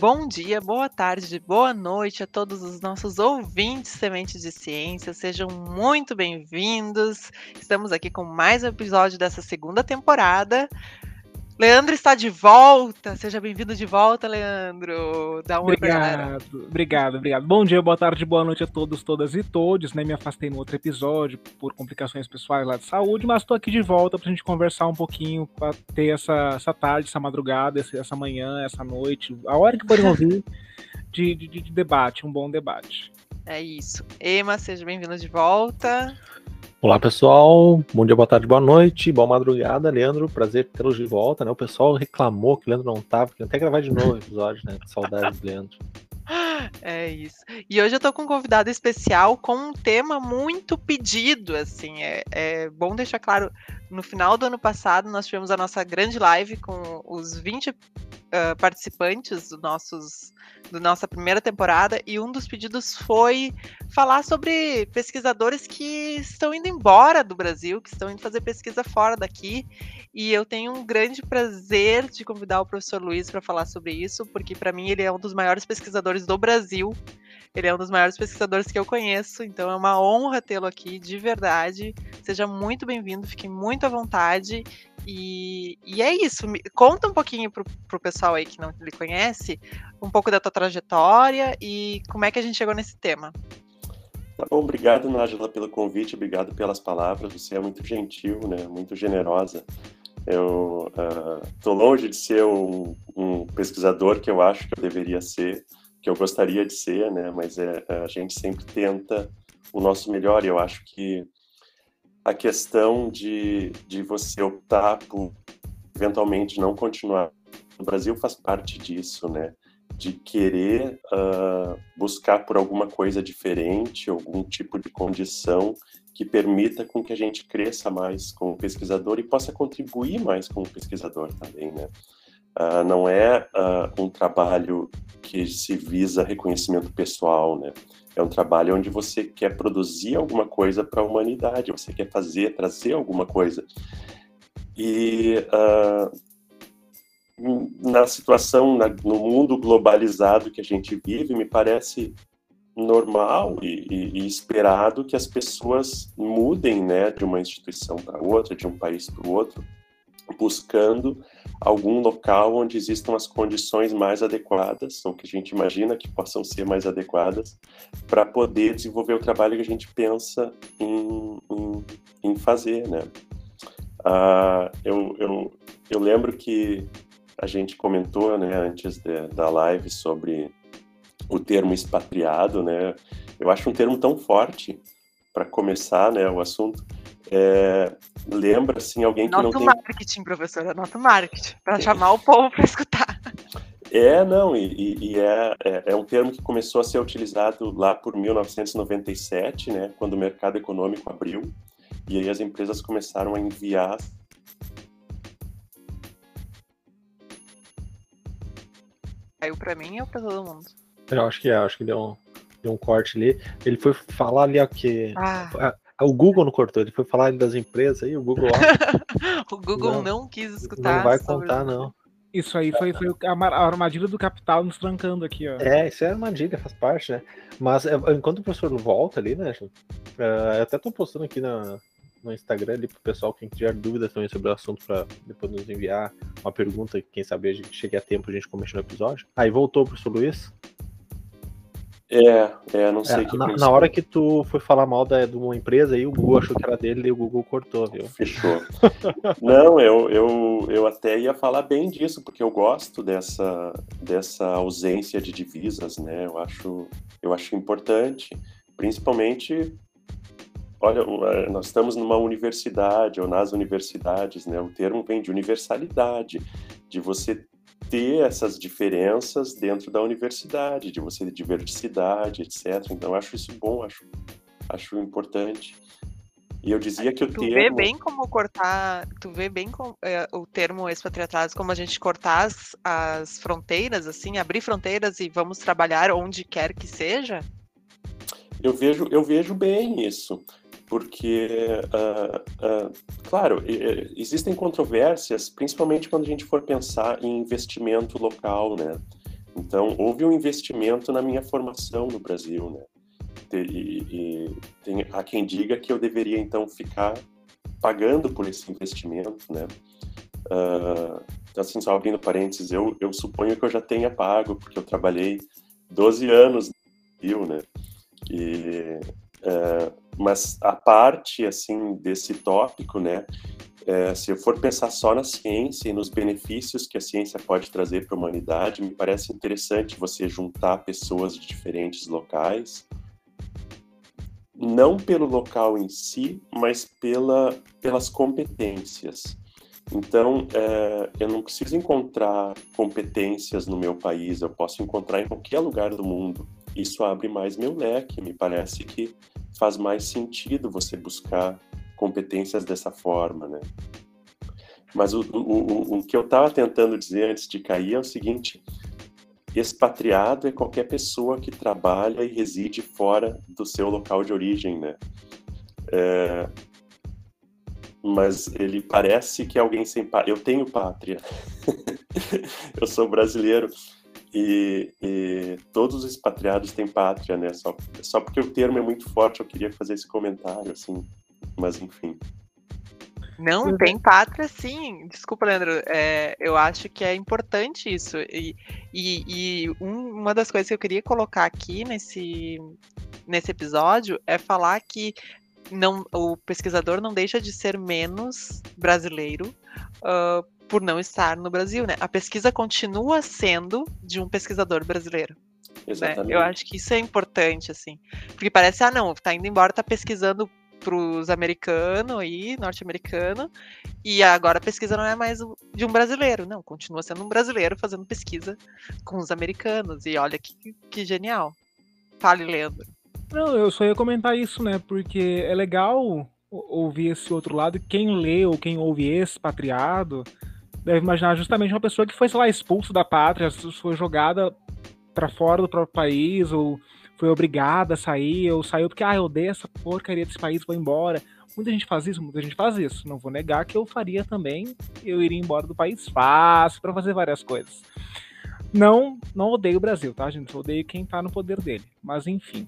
Bom dia, boa tarde, boa noite a todos os nossos ouvintes Sementes de Ciência. Sejam muito bem-vindos. Estamos aqui com mais um episódio dessa segunda temporada. Leandro está de volta. Seja bem-vindo de volta, Leandro. Dá um oi pra galera. Obrigado. Bom dia, boa tarde, boa noite a todos, todas e todos, né? Me afastei no outro episódio por complicações pessoais lá de saúde, mas estou aqui de volta pra gente conversar um pouquinho, pra ter essa tarde, essa madrugada, essa manhã, essa noite, a hora que forem ouvir, de debate, um bom debate. É isso. Ema, seja bem-vindo de volta. Olá, pessoal. Bom dia, boa tarde, boa noite, boa madrugada, Leandro. Prazer tê-los de volta, né? O pessoal reclamou que o Leandro não tava, queria até gravar de novo o episódio, né? Saudades do Leandro. É isso. E hoje eu tô com um convidado especial com um tema muito pedido, assim, é bom deixar claro, no final do ano passado nós tivemos a nossa grande live com os 20 participantes da nossa primeira temporada, e um dos pedidos foi falar sobre pesquisadores que estão indo embora do Brasil, que estão indo fazer pesquisa fora daqui, e eu tenho um grande prazer de convidar o professor Luiz para falar sobre isso, porque para mim ele é um dos maiores pesquisadores do Brasil, ele é um dos maiores pesquisadores que eu conheço, então é uma honra tê-lo aqui, de verdade. Seja muito bem-vindo, fique muito à vontade. E é isso, conta um pouquinho pro pessoal aí que não lhe conhece, um pouco da tua trajetória e como é que a gente chegou nesse tema. Tá bom, obrigado, Nájila, pelo convite, obrigado pelas palavras, você é muito gentil, né, muito generosa. Eu tô longe de ser um pesquisador que eu acho que eu deveria ser, que eu gostaria de ser, né, mas a gente sempre tenta o nosso melhor, e eu acho que a questão de você optar por eventualmente não continuar no Brasil faz parte disso, né? De querer buscar por alguma coisa diferente, algum tipo de condição que permita com que a gente cresça mais como pesquisador e possa contribuir mais como pesquisador também, né? Não é um trabalho que se visa reconhecimento pessoal, né? É um trabalho onde você quer produzir alguma coisa para a humanidade, você quer trazer alguma coisa. E na situação, no mundo globalizado que a gente vive, me parece normal e esperado que as pessoas mudem, né, de uma instituição para outra, de um país para o outro, buscando algum local onde existam as condições mais adequadas, ou que a gente imagina que possam ser mais adequadas, para poder desenvolver o trabalho que a gente pensa em fazer, né? Eu lembro que a gente comentou, né, antes da live sobre o termo expatriado, né? Eu acho um termo tão forte para começar, né, o assunto. Lembra, assim, alguém que não tem... Nosso marketing, professor, é nosso marketing, para chamar o povo para escutar. É um termo que começou a ser utilizado lá por 1997, né, quando o mercado econômico abriu, e aí as empresas começaram a enviar... Caiu para mim ou para todo mundo? Eu acho que deu um corte ali. Ele foi falar ali que... O Google não cortou, ele foi falar das empresas aí, o Google lá. O Google não quis escutar. Não vai contar, não. Isso aí foi a armadilha do capital nos trancando aqui, ó. Isso é armadilha, faz parte, né? Mas enquanto o professor volta ali, né, eu até tô postando aqui no Instagram ali pro pessoal, quem tiver dúvidas também sobre o assunto, pra depois nos enviar uma pergunta, quem sabe a gente chegue a tempo, a gente começa no episódio. Aí voltou o professor Luiz. Não sei que na hora que tu foi falar mal de uma empresa aí, o Google achou que era dele e o Google cortou, viu? Fechou. Não, eu até ia falar bem disso, porque eu gosto dessa ausência de divisas, né? Eu acho importante, principalmente, olha, nós estamos numa universidade, ou nas universidades, né? O termo vem de universalidade, de você ter essas diferenças dentro da universidade, de você ter diversidade, etc. Então, eu acho isso bom, acho importante. E eu dizia que o termo... Tu vê bem como cortar, o termo expatriados, como a gente cortar as fronteiras, assim, abrir fronteiras e vamos trabalhar onde quer que seja? Eu vejo bem isso. Porque, claro, existem controvérsias, principalmente quando a gente for pensar em investimento local, né? Então, houve um investimento na minha formação no Brasil, né? Há quem diga que eu deveria, então, ficar pagando por esse investimento, né? Assim, só abrindo parênteses, eu suponho que eu já tenha pago, porque eu trabalhei 12 anos no Brasil, né? Mas a parte, assim, desse tópico, né? Se eu for pensar só na ciência e nos benefícios que a ciência pode trazer para a humanidade, me parece interessante você juntar pessoas de diferentes locais, não pelo local em si, mas pelas competências. Então, eu não preciso encontrar competências no meu país, eu posso encontrar em qualquer lugar do mundo. Isso abre mais meu leque, me parece que faz mais sentido você buscar competências dessa forma, né? Mas o que eu estava tentando dizer antes de cair é o seguinte: expatriado é qualquer pessoa que trabalha e reside fora do seu local de origem, né? Mas ele parece que é alguém sem pátria. Eu tenho pátria. Eu sou brasileiro e todos os expatriados têm pátria, né? Só porque o termo é muito forte, eu queria fazer esse comentário, assim. Mas, enfim. Não, tem pátria, sim. Desculpa, Leandro. Eu acho que é importante isso. Uma das coisas que eu queria colocar aqui nesse episódio é falar que o pesquisador não deixa de ser menos brasileiro por não estar no Brasil, né? A pesquisa continua sendo de um pesquisador brasileiro. Exatamente. Né? Eu acho que isso é importante, assim. Porque parece, não, tá indo embora, tá pesquisando para os americanos e norte-americano, e agora a pesquisa não é mais de um brasileiro, não, continua sendo um brasileiro fazendo pesquisa com os americanos, e olha que genial. Fale, Leandro. Não, eu só ia comentar isso, né, porque é legal ouvir esse outro lado, quem lê ou quem ouve expatriado deve imaginar justamente uma pessoa que foi, sei lá, expulsa da pátria, foi jogada para fora do próprio país, ou foi obrigada a sair, ou saiu porque, eu odeio essa porcaria desse país, vou embora. Muita gente faz isso. Não vou negar que eu faria também. Eu iria embora do país fácil para fazer várias coisas. Não odeio o Brasil, tá, gente? Eu odeio quem tá no poder dele. Mas, enfim.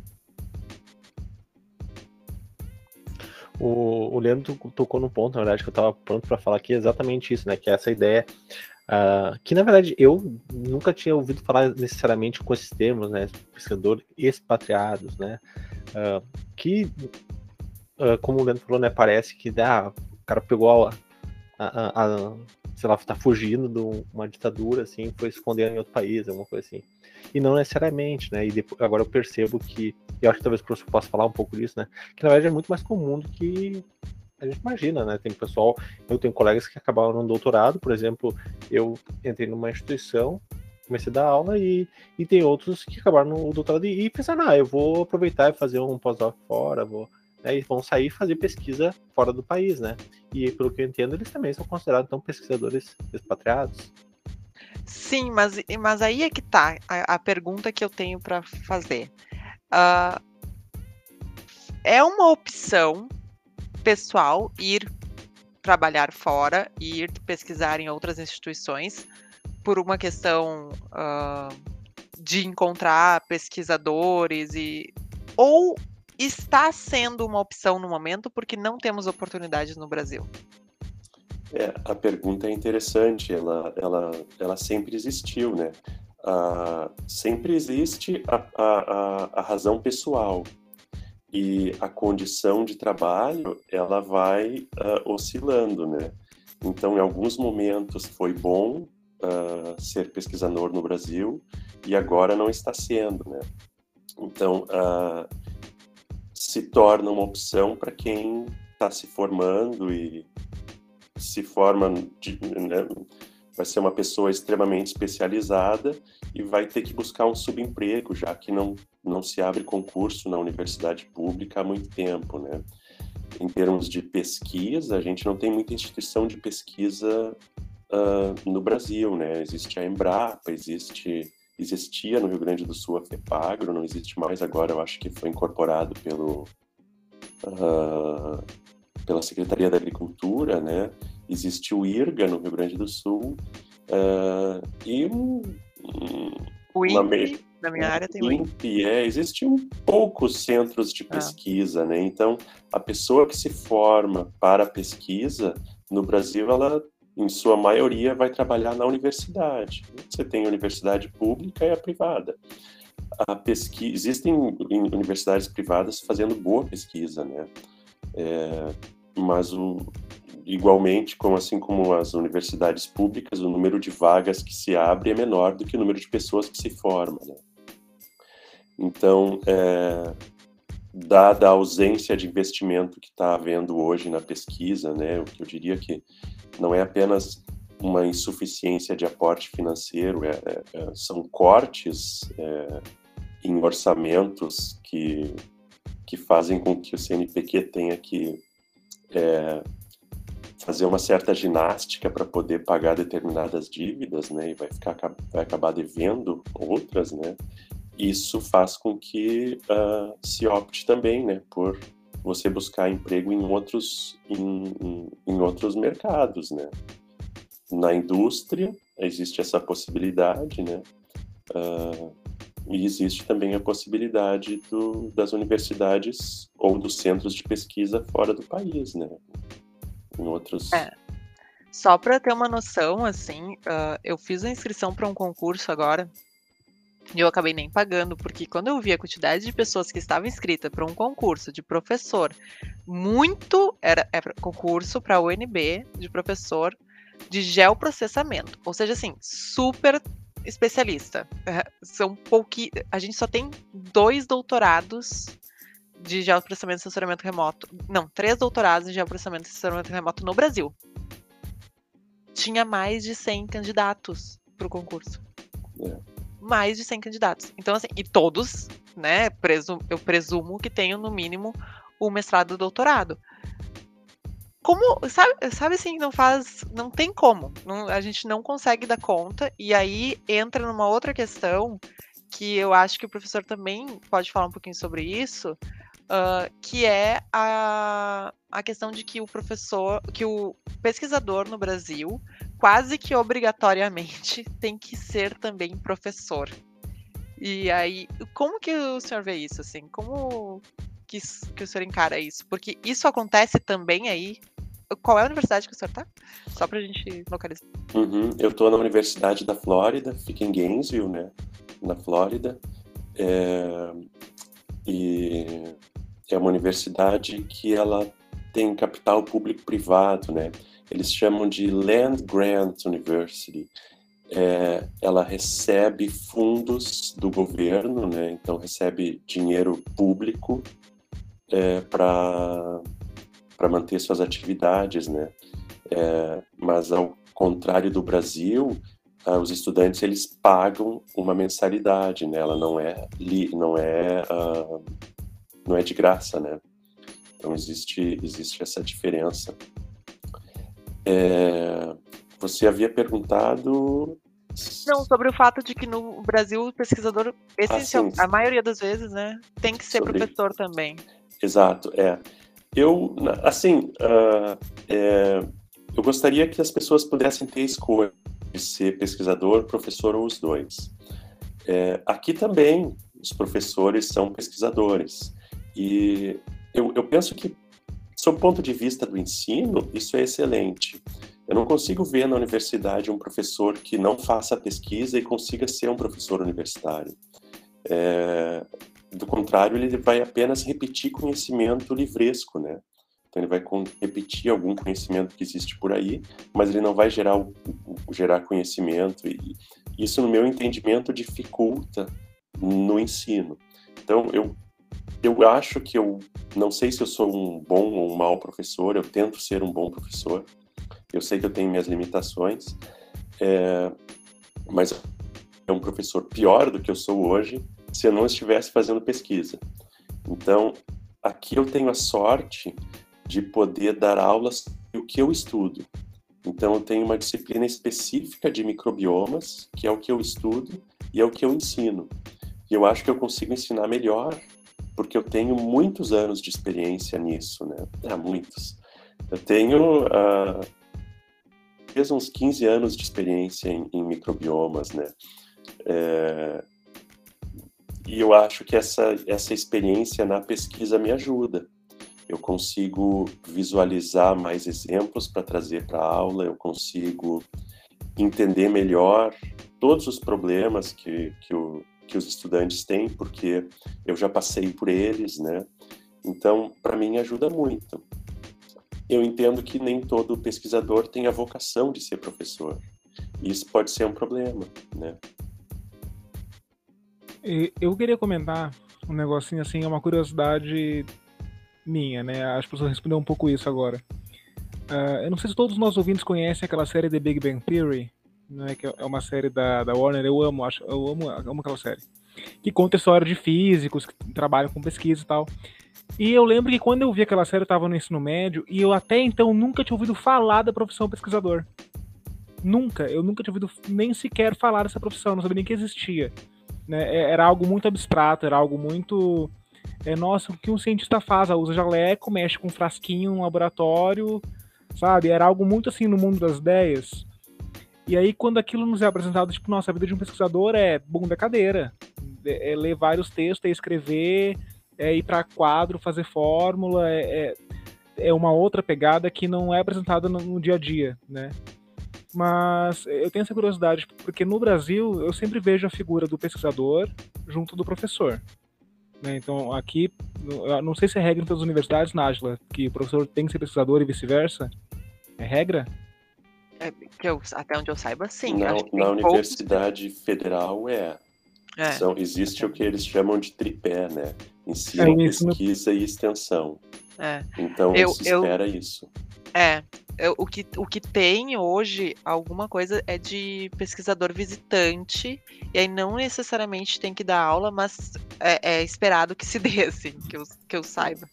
O Leandro tocou no ponto, na verdade, que eu estava pronto para falar aqui, exatamente isso, né? Que é essa ideia que, na verdade, eu nunca tinha ouvido falar necessariamente com esses termos, né? Pesquisador expatriados, né? Como o Leandro falou, né? Parece que o cara pegou sei lá, tá fugindo de uma ditadura, assim, foi esconder em outro país, alguma coisa assim. E não necessariamente, né? E depois, agora eu percebo que, eu acho que talvez o professor possa falar um pouco disso, né? Que na verdade é muito mais comum do que a gente imagina, né? Eu tenho colegas que acabaram no doutorado, por exemplo, eu entrei numa instituição, comecei a dar aula e tem outros que acabaram no doutorado e pensaram, eu vou aproveitar e fazer um pós-doc fora, e vão sair e fazer pesquisa fora do país, né? E pelo que eu entendo, eles também são considerados então pesquisadores expatriados. Sim, mas aí é que tá a pergunta que eu tenho para fazer. É uma opção pessoal ir trabalhar fora e ir pesquisar em outras instituições por uma questão de encontrar pesquisadores ou está sendo uma opção no momento porque não temos oportunidades no Brasil? A pergunta é interessante, ela sempre existiu, né? Sempre existe a razão pessoal e a condição de trabalho, ela vai oscilando, né? Então, em alguns momentos foi bom ser pesquisador no Brasil e agora não está sendo, né? Então, se torna uma opção para quem está se formando e se forma, né, vai ser uma pessoa extremamente especializada e vai ter que buscar um subemprego, já que não se abre concurso na universidade pública há muito tempo, né? Em termos de pesquisa, a gente não tem muita instituição de pesquisa no Brasil, né? Existe a Embrapa, existia no Rio Grande do Sul a FEPAGRO, não existe mais agora, eu acho que foi incorporado pela Secretaria da Agricultura, né? Existe o IRGA no Rio Grande do Sul e O INPE, na minha área, tem o INPE. Existem poucos centros de pesquisa, né? Então, a pessoa que se forma para a pesquisa, no Brasil, ela, em sua maioria, vai trabalhar na universidade. Você tem a universidade pública e a privada. Existem universidades privadas fazendo boa pesquisa, né? Mas igualmente, assim como as universidades públicas, o número de vagas que se abre é menor do que o número de pessoas que se formam, né? Então, dada a ausência de investimento que está havendo hoje na pesquisa, né, o que eu diria que não é apenas uma insuficiência de aporte financeiro, são cortes em orçamentos que fazem com que o CNPq tenha que fazer uma certa ginástica para poder pagar determinadas dívidas, né, e vai acabar devendo outras, né. Isso faz com que se opte também, né, por você buscar emprego em outros mercados, né. Na indústria existe essa possibilidade, né, e existe também a possibilidade das universidades ou dos centros de pesquisa fora do país, né, em outros... Só para ter uma noção, assim, eu fiz a inscrição para um concurso agora, e eu acabei nem pagando, porque quando eu vi a quantidade de pessoas que estavam inscritas para um concurso de professor, era concurso para a UNB de professor de geoprocessamento, ou seja, assim, super especialista. A gente só tem 2 doutorados de geoprocessamento e sensoramento remoto. Não, 3 doutorados em geoprocessamento e sensoramento remoto no Brasil. Tinha mais de 100 candidatos para o concurso. Mais de 100 candidatos. Então, assim, e todos, né, eu presumo que tenham no mínimo o mestrado e o doutorado. Como, sabe assim, não tem como. A gente não consegue dar conta, e aí entra numa outra questão que eu acho que o professor também pode falar um pouquinho sobre isso, que é a questão de que o pesquisador no Brasil quase que obrigatoriamente tem que ser também professor. E aí, como que o senhor vê isso, assim? Como que o senhor encara isso? Porque isso acontece também aí. Qual é a universidade que o senhor tá? Só pra gente localizar. Eu tô na Universidade da Flórida, fica em Gainesville, né? Na Flórida. E é uma universidade que ela tem capital público-privado, né? Eles chamam de Land Grant University. Ela recebe fundos do governo, né? Então recebe dinheiro público para manter suas atividades, né? Mas ao contrário do Brasil, os estudantes eles pagam uma mensalidade, né? Ela não é de graça, né? Então existe essa diferença. Você havia perguntado... Não, sobre o fato de que no Brasil o pesquisador, a maioria das vezes, né, tem que ser professor também. Exato, Eu gostaria que as pessoas pudessem ter escolha de ser pesquisador, professor ou os dois. Aqui também os professores são pesquisadores. E eu penso que, sob o ponto de vista do ensino, isso é excelente. Eu não consigo ver na universidade um professor que não faça pesquisa e consiga ser um professor universitário. Do contrário, ele vai apenas repetir conhecimento livresco, né? Então ele vai repetir algum conhecimento que existe por aí, mas ele não vai gerar conhecimento, e isso, no meu entendimento, dificulta no ensino. Então eu acho que eu não sei se eu sou um bom ou um mau professor, eu tento ser um bom professor, eu sei que eu tenho minhas limitações, mas é um professor pior do que eu sou hoje se eu não estivesse fazendo pesquisa. Então, aqui eu tenho a sorte de poder dar aulas do que eu estudo. Então, eu tenho uma disciplina específica de microbiomas, que é o que eu estudo e é o que eu ensino. E eu acho que eu consigo ensinar melhor, porque eu tenho muitos anos de experiência nisso, né? Muitos. Eu tenho uns 15 anos de experiência em microbiomas, né? E eu acho que essa experiência na pesquisa me ajuda. Eu consigo visualizar mais exemplos para trazer para a aula, eu consigo entender melhor todos os problemas que os estudantes têm, porque eu já passei por eles, né? Então, para mim, ajuda muito. Eu entendo que nem todo pesquisador tem a vocação de ser professor. Isso pode ser um problema, né? Eu queria comentar um negocinho assim, é uma curiosidade minha, né? Acho que você respondeu um pouco isso agora. Eu não sei se todos os nossos ouvintes conhecem aquela série The Big Bang Theory, né? Que é uma série da Warner. Eu amo aquela série. Que conta a história de físicos que trabalham com pesquisa e tal. E eu lembro que quando eu vi aquela série eu estava no ensino médio e eu até então nunca tinha ouvido falar da profissão pesquisador. Eu nunca tinha ouvido nem sequer falar dessa profissão, não sabia nem que existia. Né? Era algo muito abstrato, era algo muito... nossa, o que um cientista faz? Usa jaleco, mexe com um frasquinho no laboratório, sabe? Era algo muito assim no mundo das ideias. E aí quando aquilo nos é apresentado, tipo, nossa, a vida de um pesquisador é bunda cadeira. É ler vários textos, é escrever, é ir para quadro, fazer fórmula, é uma outra pegada que não é apresentada no dia a dia, né? Mas eu tenho essa curiosidade, porque no Brasil eu sempre vejo a figura do pesquisador junto do professor. Né? Então aqui, eu não sei se é regra em todas as universidades, Nájila, que o professor tem que ser pesquisador e vice-versa. É regra? Até onde eu saiba, sim. Na Universidade Federal existe o que eles chamam de tripé, né? Ensino, pesquisa e extensão. Então se espera isso. O que tem hoje, alguma coisa é de pesquisador visitante, e aí não necessariamente tem que dar aula, mas é esperado que se dê, assim, que eu saiba.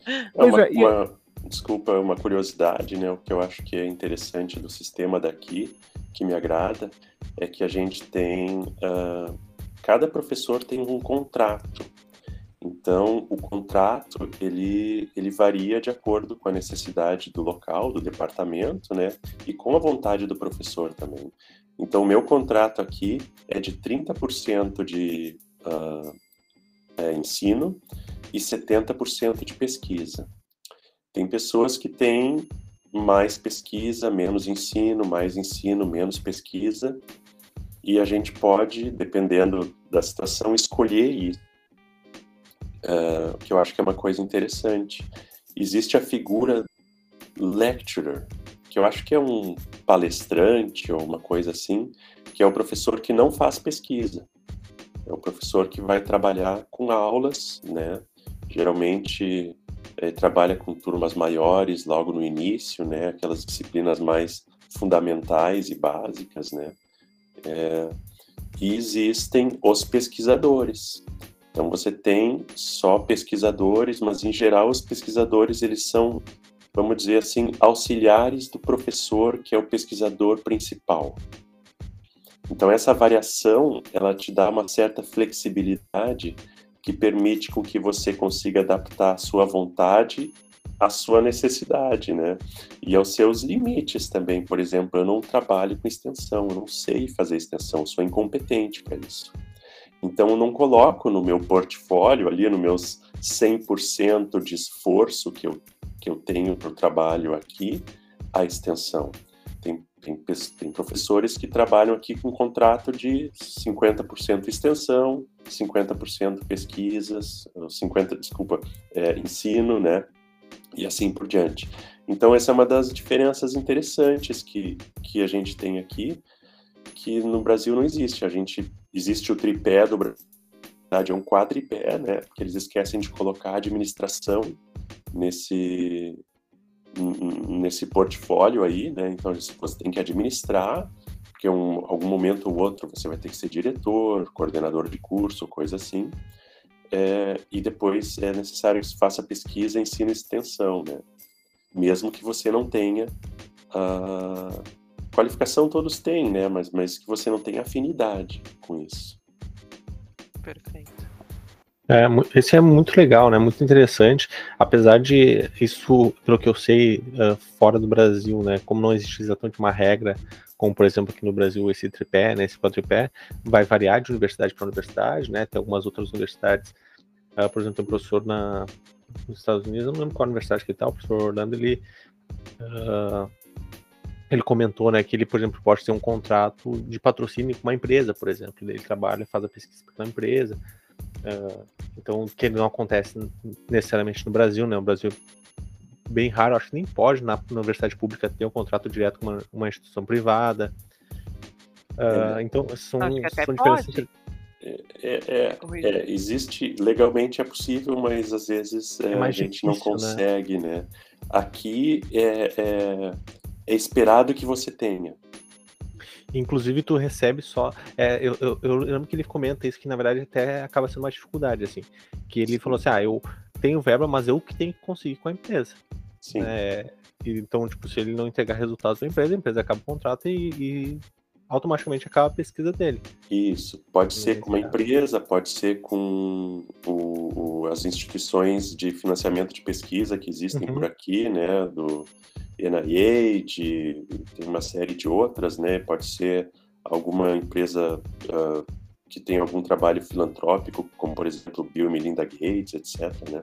Desculpa, uma curiosidade, né? O que eu acho que é interessante do sistema daqui, que me agrada, é que a gente tem... cada professor tem um contrato. Então, o contrato, ele varia de acordo com a necessidade do local, do departamento, né? E com a vontade do professor também. Então, o meu contrato aqui é de 30% de ensino e 70% de pesquisa. Tem pessoas que têm mais pesquisa, menos ensino, menos pesquisa, e a gente pode, dependendo da situação, escolher isso. Que eu acho que é uma coisa interessante. Existe a figura lecturer, que eu acho que é um palestrante ou uma coisa assim, que é o professor que não faz pesquisa. É o professor que vai trabalhar com aulas, né? Geralmente trabalha com turmas maiores logo no início, né? Aquelas disciplinas mais fundamentais e básicas, né? E existem os pesquisadores. Então, você tem só pesquisadores, mas, em geral, os pesquisadores, eles são, vamos dizer assim, auxiliares do professor, que é o pesquisador principal. Então, essa variação, ela te dá uma certa flexibilidade que permite com que você consiga adaptar a sua vontade à sua necessidade, né? E aos seus limites também. Por exemplo, eu não trabalho com extensão, eu não sei fazer extensão, eu sou incompetente para isso. Então, eu não coloco no meu portfólio, ali, nos meus 100% de esforço que eu tenho para o trabalho aqui, a extensão. Tem professores que trabalham aqui com um contrato de 50% extensão, 50% pesquisas, ensino, né? E assim por diante. Então, essa é uma das diferenças interessantes que a gente tem aqui, que no Brasil não existe. Existe o tripé do Brasil, é um quadripé, né? Porque eles esquecem de colocar a administração nesse portfólio aí, né? Então você tem que administrar, porque algum momento ou outro você vai ter que ser diretor, coordenador de curso, coisa assim. E depois é necessário que você faça pesquisa, ensino e extensão, né? Mesmo que você não tenha qualificação, todos têm, né? Mas que você não tenha afinidade com isso. Perfeito. Esse é muito legal, né? Muito interessante. Apesar de isso, pelo que eu sei, fora do Brasil, né? Como não existe exatamente uma regra, como por exemplo aqui no Brasil esse tripé, né? Esse quadripé, vai variar de universidade para universidade, né? Tem algumas outras universidades, por exemplo, tem um professor nos Estados Unidos, eu não lembro qual universidade que ele tá, o professor Orlando, ele comentou, né, que ele, por exemplo, pode ter um contrato de patrocínio com uma empresa, por exemplo. Ele trabalha, faz a pesquisa com uma empresa. Então, que não acontece necessariamente no Brasil, né? O Brasil é bem raro, acho que nem pode na universidade pública ter um contrato direto com uma instituição privada. Então, são diferenças. Existe, legalmente é possível, mas às vezes a gente difícil, não consegue, né? Aqui é esperado que você tenha. Inclusive, tu recebe só... eu lembro que ele comenta isso, que na verdade até acaba sendo uma dificuldade, assim. Que ele falou assim, eu tenho verba, mas eu que tenho que conseguir com a empresa. Sim. Então, tipo, se ele não entregar resultados para a empresa acaba o contrato e automaticamente acaba a pesquisa dele. Isso. Pode ser com uma empresa, pode ser com as instituições de financiamento de pesquisa que existem por aqui, né? Do NIH, tem uma série de outras, né? Pode ser alguma empresa que tem algum trabalho filantrópico, como, por exemplo, Bill e Melinda Gates, etc., né?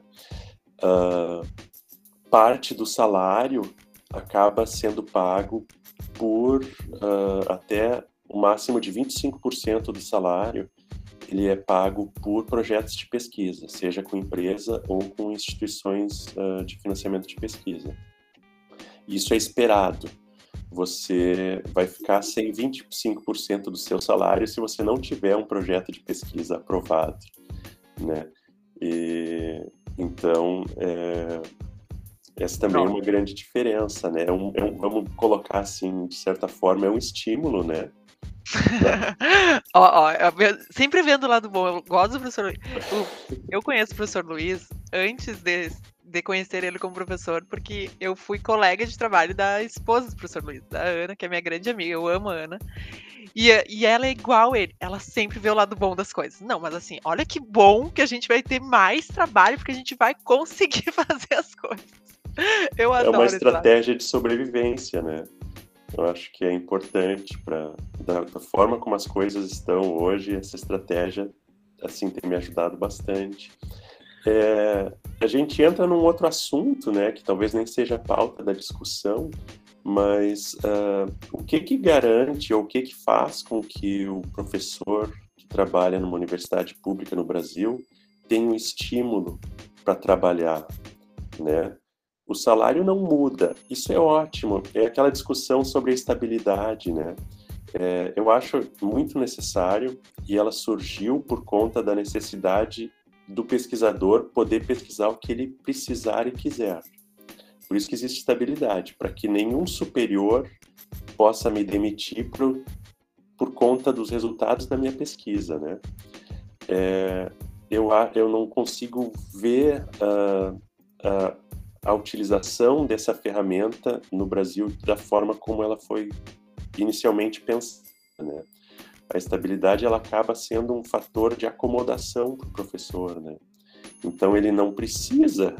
Parte do salário acaba sendo pago por até o máximo de 25% do salário, ele é pago por projetos de pesquisa, seja com empresa ou com instituições de financiamento de pesquisa. Isso é esperado. Você vai ficar sem 25% do seu salário se você não tiver um projeto de pesquisa aprovado, né? Então, essa também é uma grande diferença, né? Vamos colocar assim, de certa forma, é um estímulo, né? Sempre vendo o lado bom, eu gosto do professor Luiz. Eu conheço o professor Luiz antes de conhecer ele como professor, porque eu fui colega de trabalho da esposa do professor Luiz, da Ana, que é minha grande amiga. Eu amo a Ana. E ela é igual ele, ela sempre vê o lado bom das coisas. Não, mas assim, olha que bom que a gente vai ter mais trabalho, porque a gente vai conseguir fazer as coisas. Eu adoro. É uma estratégia de sobrevivência, né? Eu acho que é importante da forma como as coisas estão hoje, essa estratégia, assim, tem me ajudado bastante. A gente entra num outro assunto, né, que talvez nem seja a pauta da discussão, mas o que garante ou o que faz com que o professor que trabalha numa universidade pública no Brasil tenha um estímulo para trabalhar, né? O salário não muda, isso é ótimo, é aquela discussão sobre a estabilidade, né? Eu acho muito necessário, e ela surgiu por conta da necessidade do pesquisador poder pesquisar o que ele precisar e quiser. Por isso que existe estabilidade, para que nenhum superior possa me demitir por conta dos resultados da minha pesquisa, né? Eu não consigo ver a utilização dessa ferramenta no Brasil da forma como ela foi inicialmente pensada, né? A estabilidade ela acaba sendo um fator de acomodação para o professor, né? Então ele não precisa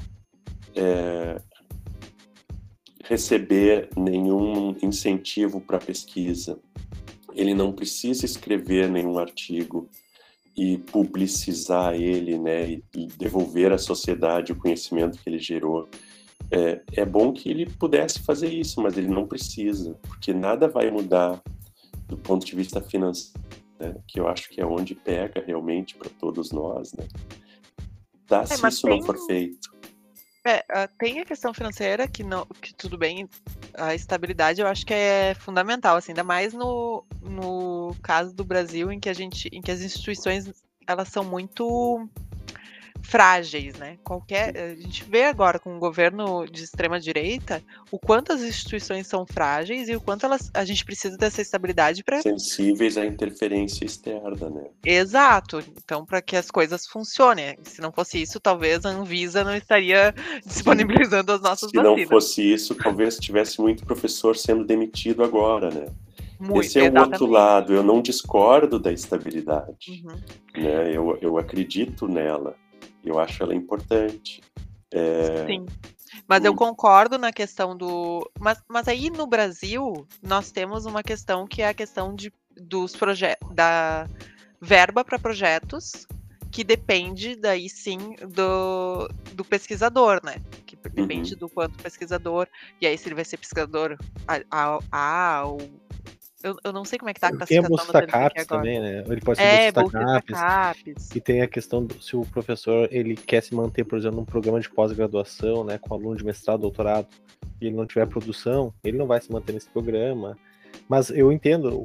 receber nenhum incentivo para pesquisa, ele não precisa escrever nenhum artigo e publicizar ele, né, e devolver à sociedade o conhecimento que ele gerou. É bom que ele pudesse fazer isso, mas ele não precisa, porque nada vai mudar do ponto de vista financeiro, né, que eu acho que é onde pega realmente para todos nós, né? Se isso não for feito. Tem a questão financeira que tudo bem, a estabilidade eu acho que é fundamental, assim, ainda mais no caso do Brasil, em que as instituições elas são muito frágeis, né? A gente vê agora com o governo de extrema direita o quanto as instituições são frágeis e o quanto a gente precisa dessa estabilidade para sensíveis à interferência externa, né? Exato. Então, para que as coisas funcionem. Se não fosse isso, talvez a Anvisa não estaria disponibilizando as nossas vacinas. Se não fosse isso, talvez tivesse muito professor sendo demitido agora, né? Esse é o outro lado. Eu não discordo da estabilidade, né? Eu acredito nela. Eu acho ela importante. Sim. Mas eu concordo na questão do... Mas aí no Brasil, nós temos uma questão que é a questão dos da verba para projetos, que depende daí sim do pesquisador, né? Que depende do quanto o pesquisador... E aí se ele vai ser pesquisador ou... Eu não sei como é que tá a classificação. Tem a bolsa da CAPES também, né? Ele pode ser bolsa da CAPES. E tem a questão se o professor ele quer se manter, por exemplo, num programa de pós-graduação, né, com aluno de mestrado, doutorado, e ele não tiver produção, ele não vai se manter nesse programa. Mas eu entendo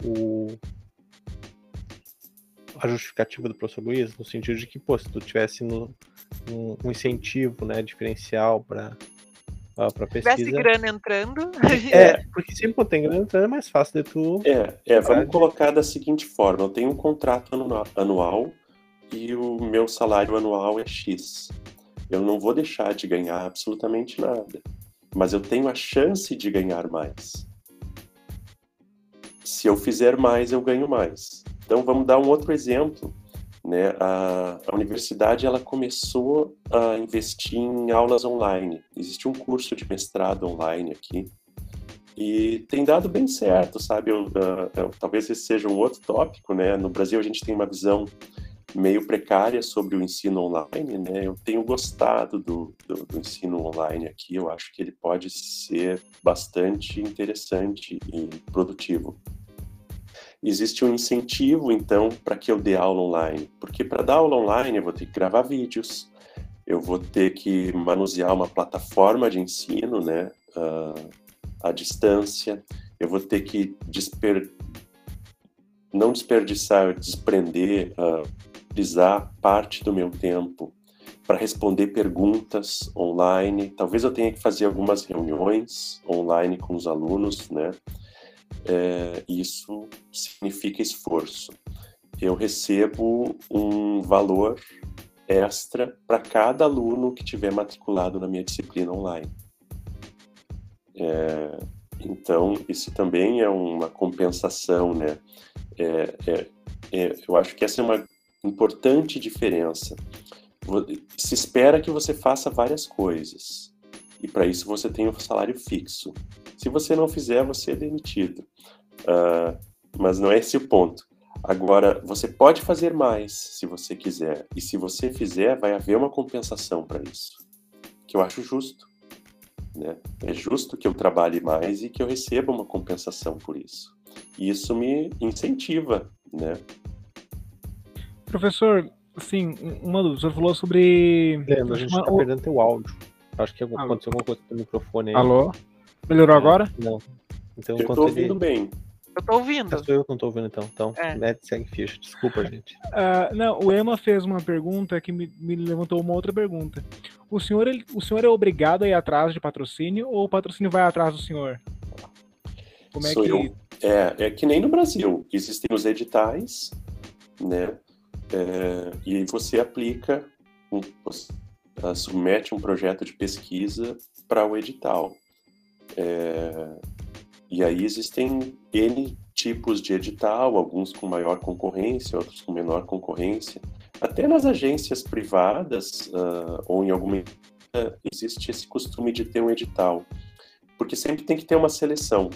a justificativa do professor Luiz, no sentido de que, pô, se tu tivesse um incentivo, né, diferencial para pesquisa. Se tivesse grana entrando. Porque sempre quando tem grana entrando é mais fácil de tu. Vamos colocar da seguinte forma: eu tenho um contrato anual e o meu salário anual é X. Eu não vou deixar de ganhar absolutamente nada, mas eu tenho a chance de ganhar mais. Se eu fizer mais, eu ganho mais. Então vamos dar um outro exemplo. Né, a universidade ela começou a investir em aulas online. Existe um curso de mestrado online aqui e tem dado bem certo, sabe? Talvez esse seja um outro tópico, né? No Brasil a gente tem uma visão meio precária sobre o ensino online, né? Eu tenho gostado do ensino online aqui. Eu acho que ele pode ser bastante interessante e produtivo. Existe um incentivo, então, para que eu dê aula online. Porque para dar aula online eu vou ter que gravar vídeos, eu vou ter que manusear uma plataforma de ensino, né, à distância, eu vou ter que não desperdiçar, desprender, utilizar parte do meu tempo para responder perguntas online. Talvez eu tenha que fazer algumas reuniões online com os alunos, né? Isso significa esforço. Eu recebo um valor extra para cada aluno que tiver matriculado na minha disciplina online. Então, isso também é uma compensação, né? Eu acho que essa é uma importante diferença. Se espera que você faça várias coisas, e para isso você tem um salário fixo. Se você não fizer, você é demitido. Mas não é esse o ponto. Agora, você pode fazer mais se você quiser. E se você fizer, vai haver uma compensação para isso. Que eu acho justo. Né? É justo que eu trabalhe mais e que eu receba uma compensação por isso. E isso me incentiva, né? Professor, assim, uma dúvida. O senhor falou sobre... Leandro, a gente está perdendo teu áudio. Acho que aconteceu alguma coisa com o microfone aí. Alô? Melhorou agora? Não. Então, eu tô ouvindo bem. Eu tô ouvindo. Sou eu que não tô ouvindo, então. Segue ficha. Desculpa, gente. Não, o Ema fez uma pergunta que me levantou uma outra pergunta. O senhor é obrigado a ir atrás de patrocínio ou o patrocínio vai atrás do senhor? Como é que... É que nem no Brasil. Existem os editais, né? E você aplica, submete um projeto de pesquisa para o edital. E aí existem N tipos de edital, alguns com maior concorrência, outros com menor concorrência. Até nas agências privadas ou em alguma existe esse costume de ter um edital, porque sempre tem que ter uma seleção.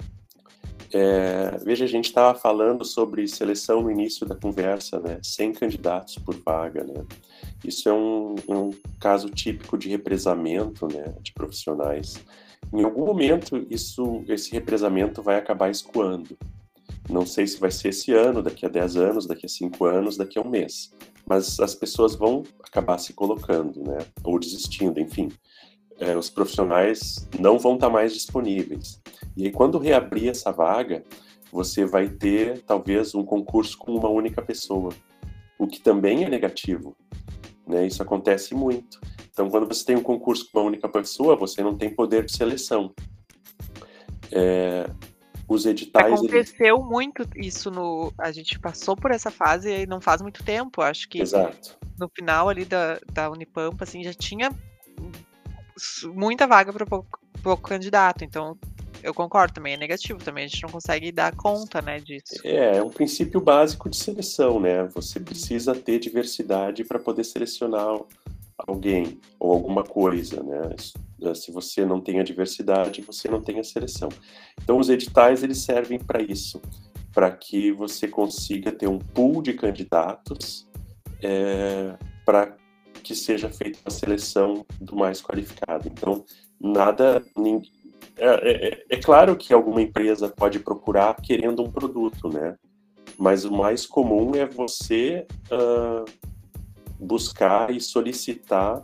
Veja, a gente estava falando sobre seleção no início da conversa, né? 100 candidatos por vaga, né? Isso é um caso típico de represamento, né, de profissionais. Em algum momento, esse represamento vai acabar escoando. Não sei se vai ser esse ano, daqui a 10 anos, daqui a 5 anos, daqui a um mês. Mas as pessoas vão acabar se colocando, né? Ou desistindo, enfim. Os profissionais não vão estar mais disponíveis. E aí, quando reabrir essa vaga, você vai ter, talvez, um concurso com uma única pessoa, o que também é negativo, né? Isso acontece muito. Então, quando você tem um concurso com uma única pessoa, você não tem poder de seleção. Os editais... Aconteceu muito isso a gente passou por essa fase e não faz muito tempo. Acho que Exato. No final ali da Unipampa, assim, já tinha muita vaga para pouco candidato. Então, eu concordo também, é negativo também. A gente não consegue dar conta, né, disso. É um princípio básico de seleção, né? Você precisa ter diversidade para poder selecionar alguém ou alguma coisa, né? Se você não tem a diversidade, você não tem a seleção. Então, os editais, eles servem para isso, para que você consiga ter um pool de candidatos para que seja feita a seleção do mais qualificado. Então, é claro que alguma empresa pode procurar querendo um produto, né? Mas o mais comum é você buscar e solicitar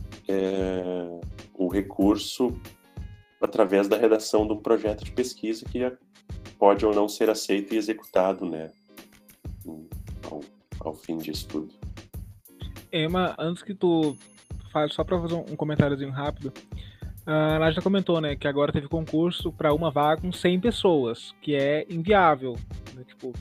o recurso através da redação de um projeto de pesquisa que pode ou não ser aceito e executado, né, ao fim disso tudo. Emma, antes que tu fale, só para fazer um comentáriozinho rápido, a Nádia comentou, né, que agora teve concurso para uma vaga com 100 pessoas, que é inviável, né? Tipo,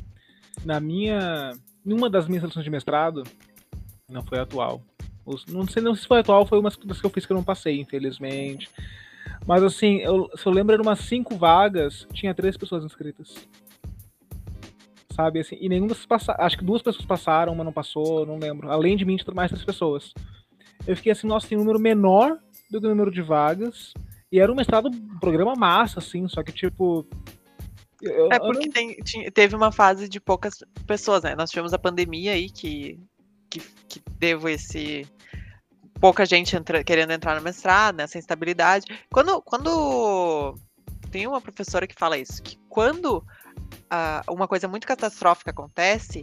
numa das minhas seleções de mestrado, não foi atual. Não sei se foi atual, foi uma das que eu fiz que eu não passei, infelizmente. Mas assim, se eu lembro, eram umas 5 vagas, tinha 3 pessoas inscritas. Sabe, assim, e nenhuma das passaram. Acho que 2 pessoas passaram, uma não passou, não lembro. Além de mim, tinha mais 3 pessoas. Eu fiquei assim, nossa, tem um número menor do que o número de vagas. E era um mestrado, um programa massa, assim, só que tipo. Porque teve uma fase de poucas pessoas, né? Nós tivemos a pandemia aí que deu pouca gente querendo entrar no mestrado, nessa instabilidade. Quando tem uma professora que fala isso, que quando uma coisa muito catastrófica acontece,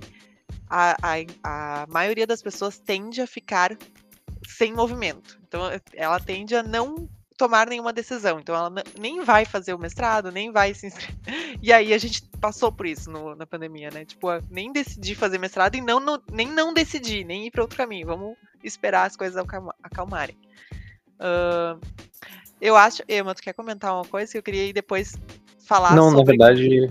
a maioria das pessoas tende a ficar sem movimento. Então, ela tende a não tomar nenhuma decisão. Então, ela nem vai fazer o mestrado, nem vai se inscrever. E aí, a gente passou por isso na pandemia, né? Tipo, nem decidi fazer mestrado e nem não decidi, nem ir para outro caminho. Vamos esperar as coisas acalmarem. Eu acho... Emma, tu quer comentar uma coisa que eu queria ir depois falar sobre... Não, na verdade...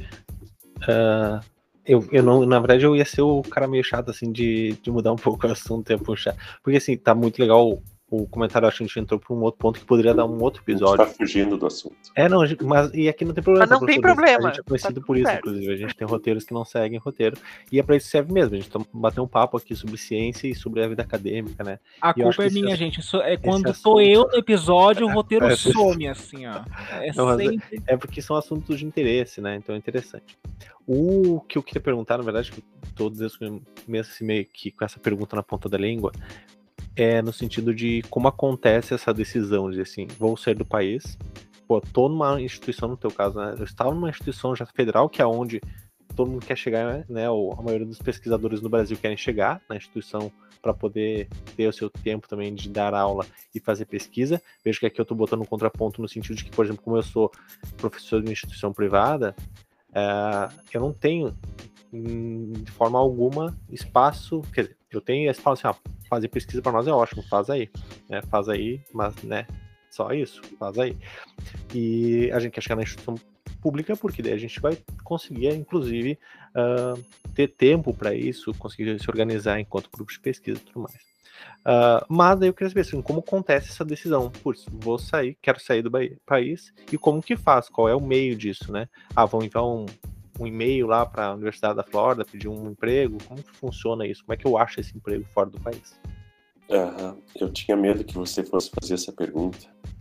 na verdade, eu ia ser o cara meio chato, assim, de mudar um pouco o assunto e puxar. Porque, assim, tá muito legal o comentário. Acho que a gente entrou por um outro ponto que poderia dar um outro episódio. A gente tá fugindo do assunto. Não, mas e aqui não tem problema. Mas não tem problema. A gente é conhecido por isso, inclusive. A gente tem roteiros que não seguem roteiro. E é pra isso que serve mesmo. A gente bater um papo aqui sobre ciência e sobre a vida acadêmica, né? A culpa é minha, gente. É quando tô eu no episódio, o roteiro some, assim, ó. É porque são assuntos de interesse, né? Então é interessante. O que eu queria perguntar, na verdade, que todos eles meio que com essa pergunta na ponta da língua, é no sentido de como acontece essa decisão de, assim, vou sair do país, tô numa instituição, no teu caso, né? Eu estava numa instituição já federal, que é onde todo mundo quer chegar, né? A maioria dos pesquisadores no Brasil querem chegar na instituição para poder ter o seu tempo também de dar aula e fazer pesquisa. Vejo que aqui eu estou botando um contraponto no sentido de que, por exemplo, como eu sou professor de uma instituição privada, eu não tenho de forma alguma espaço, quer dizer, eu tenho espaço assim, fazer pesquisa para nós é ótimo, faz aí, né? Faz aí, mas, né, só isso, faz aí. E a gente quer chegar na instituição pública porque daí a gente vai conseguir, inclusive, ter tempo para isso, conseguir se organizar enquanto grupo de pesquisa e tudo mais. Mas daí eu queria saber assim, como acontece essa decisão. Putz, quero sair do país, e como que faz? Qual é o meio disso, né? Vão enviar um e-mail lá para a Universidade da Flórida, pedir um emprego? Como que funciona isso? Como é que eu acho esse emprego fora do país? Eu tinha medo que você fosse fazer essa pergunta,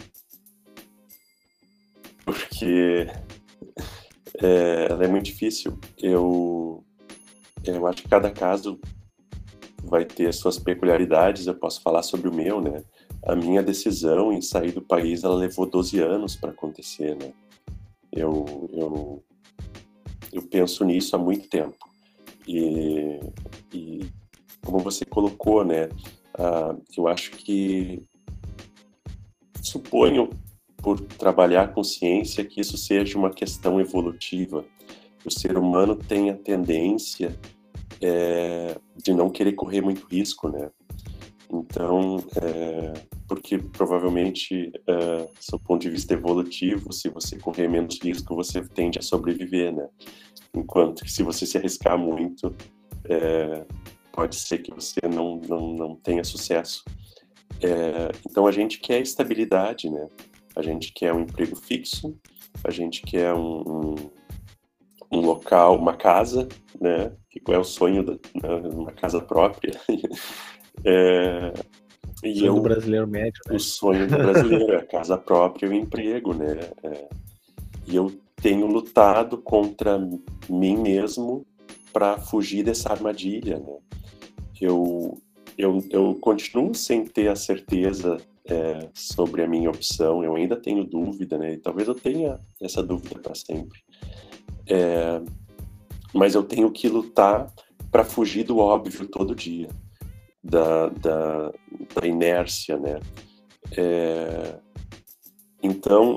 porque ela é muito difícil. Eu acho que cada caso vai ter suas peculiaridades. Eu posso falar sobre o meu, né? A minha decisão em sair do país, ela levou 12 anos para acontecer, né? Eu penso nisso há muito tempo. E como você colocou, né? Eu acho que suponho, por trabalhar com ciência, que isso seja uma questão evolutiva. O ser humano tem a tendência de não querer correr muito risco, né? Então, porque provavelmente, do ponto de vista evolutivo, se você correr menos risco, você tende a sobreviver, né? Enquanto que se você se arriscar muito, pode ser que você não tenha sucesso. Então, a gente quer estabilidade, né? A gente quer um emprego fixo, a gente quer um local, uma casa, né? Que é o sonho uma casa própria. E sonho do brasileiro médio, né? O sonho do brasileiro, a casa própria e o emprego, né? E eu tenho lutado contra mim mesmo para fugir dessa armadilha, né? Eu continuo sem ter a certeza sobre a minha opção, eu ainda tenho dúvida, né? E talvez eu tenha essa dúvida para sempre. Mas eu tenho que lutar para fugir do óbvio todo dia, da inércia, né? Então,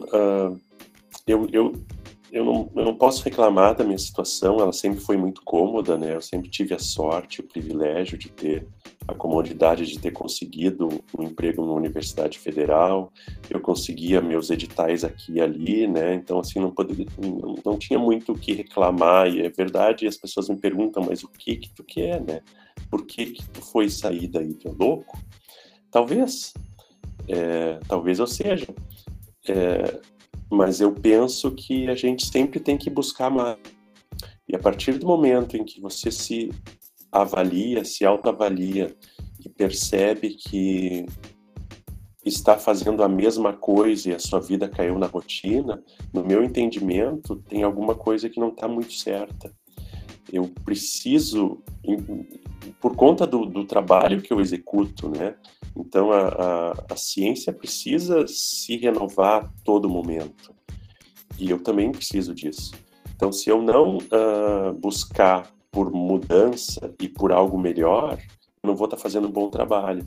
eu não posso reclamar da minha situação, ela sempre foi muito cômoda, né? Eu sempre tive a sorte, o privilégio de ter a comodidade de ter conseguido um emprego numa universidade federal, eu conseguia meus editais aqui e ali, né? Então, assim, não tinha muito o que reclamar, e é verdade, as pessoas me perguntam, mas o que tu quer, né? Por que tu foi sair daí, tu é louco? Talvez eu seja, mas eu penso que a gente sempre tem que buscar mais. E a partir do momento em que você se avalia, se autoavalia e percebe que está fazendo a mesma coisa e a sua vida caiu na rotina, no meu entendimento, tem alguma coisa que não está muito certa. Eu preciso, por conta do trabalho que eu executo, né? Então, a ciência precisa se renovar a todo momento. E eu também preciso disso. Então, se eu não buscar por mudança e por algo melhor, eu não vou estar fazendo um bom trabalho.